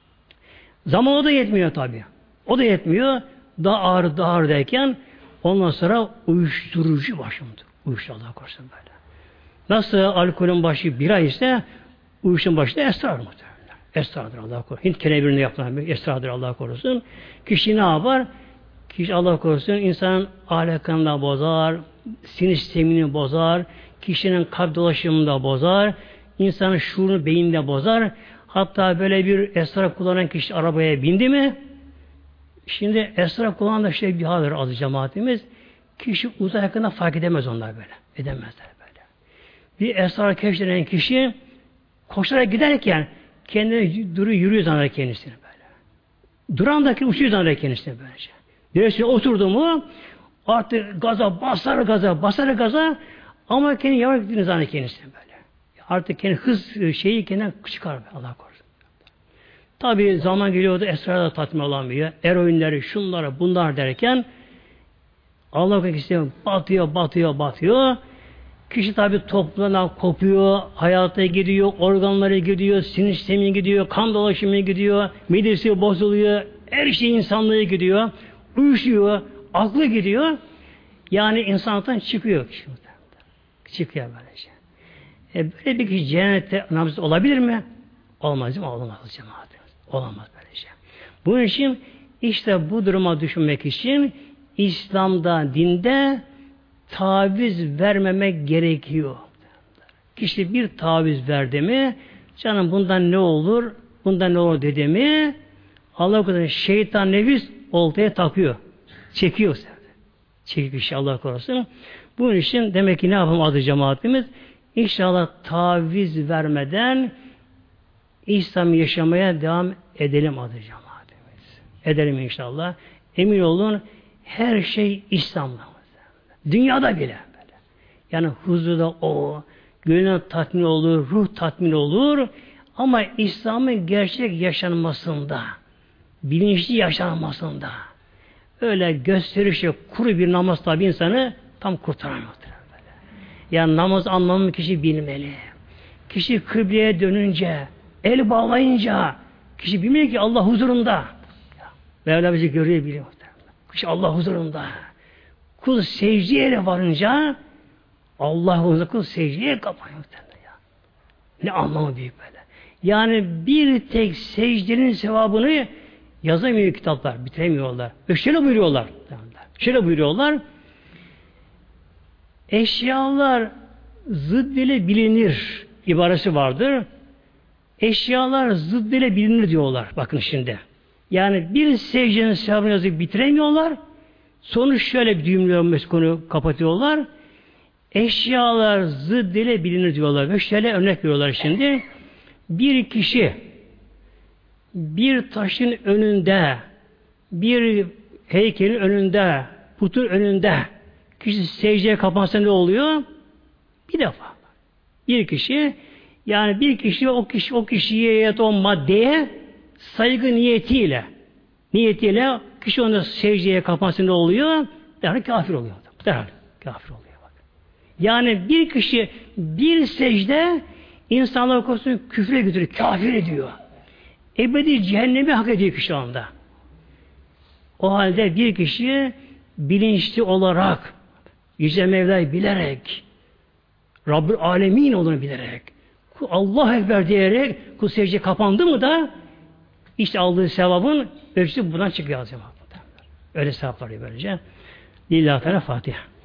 Zaman o da yetmiyor tabii. O da yetmiyor. Daha ağır derken ondan sonra uyuşturucu başlıyor. Uyuşturucu Allah korusun böyle. Nasıl alkolün başı bira ise uyuşturucunun başı da esrar muhtemelen. Esrardır Allah korusun. Hint kenevirinde yapılan bir esrardır Allah korusun. Kişi ne yapar? Kişi Allah korusun insanın ahlakını bozar, sinir sistemini bozar, kişinin kalp dolaşımını da bozar, insanın şuurunu beyinde bozar. Hatta böyle bir esrar kullanan kişi arabaya bindi mi, şimdi esrar kullanan da bir haber azı cemaatimiz, kişi uzak yakında fark edemez onlar böyle. Edemezler böyle. Bir esrar keşfeden kişi koşarak giderken kendine yürüyor zanneder kendisini böyle. Duran da uçuyor zanneder kendisini böylece. Direksiyona oturdu mu artık basar gaza ama kendi yavaş gittiğini zanneder kendisini böyle. Artık kendi hız şeyi kendinden çıkar Allah korusun. Tabi zaman geliyordu esrarda tatmin olamıyor. Eroinleri, şunları, bunlar derken Allah korusun batıyor. Kişi tabi toplumdan kopuyor, hayata gidiyor, organları gidiyor, sinir sistemi gidiyor, kan dolaşımı gidiyor, midesi bozuluyor, her şey insanlığı gidiyor, uyuşuyor, aklı gidiyor. Yani insanlıktan çıkıyor kişi. Çıkıyor böylece. Böyle bir kişi cennette namaz olabilir mi? Olmaz mı? Olamaz cemaat. Olamaz böylece. Bunun için işte bu duruma düşünmek için İslam'da, dinde taviz vermemek gerekiyor. Kişi bir taviz verdi mi, canım bundan ne olur, dedi mi, Allah korusun şeytan nefis oltaya takıyor. Çekiyor. Çekiyor kişi Allah korusun. Bunun için demek ki ne yapalım adı cemaatimiz? İnşallah taviz vermeden İslam'ı yaşamaya devam edelim adı cemaatimiz. Edelim inşallah. Emin olun her şey İslam'da. Dünyada bile böyle. Yani huzurda o, gönül tatmin olur, ruh tatmin olur ama İslam'ın gerçek yaşanmasında, bilinçli yaşanmasında öyle gösterişle kuru bir namaz tabi insanı tam kurtaramıyor. Yani namaz anlamını kişi bilmeli. Kişi kıbleye dönünce, el bağlayınca kişi bilmiyor ki Allah huzurunda. Mevla bizi görüyor biliyor. Kişi Allah huzurunda. Kul secdeye varınca Allah huzurunda kul secdeye kapanıyor. Ne anlamı büyük böyle. Yani bir tek secdenin sevabını yazamıyor kitaplar. Bitiremiyorlar. Şöyle buyuruyorlar. Eşyalar zıddıyla bilinir ibaresi vardır. Eşyalar zıddıyla bilinir diyorlar. Bakın şimdi. Yani bir secdenin sevabını yazıp bitiremiyorlar. Sonuç şöyle bir düğümlüyor, konu kapatıyorlar. Eşyalar zıddıyla bilinir diyorlar. Ve şöyle örnek veriyorlar şimdi. Bir kişi bir taşın önünde, bir heykelin önünde, putun önünde kişi secdeye kapansa ne oluyor? Bir defa. Bir kişi o kişiye ya da o maddeye saygı niyetiyle kişi onda secdeye kapansa ne oluyor? Derhal kafir oluyor. Bak. Yani bir kişi bir secde insanlar konusu küfre götürüyor, kafir ediyor. Ebedi cehennemi hak ediyor kişi anda. O halde bir kişi bilinçli olarak Yüce Mevla'yı bilerek Rabbül Alemin olduğunu bilerek Allah Ekber diyerek kul secde kapandı mı da işte aldığı sevabın ölçüsü buradan çıkıyor. Öyle sevap var böylece. Lillahi Teala Fatiha.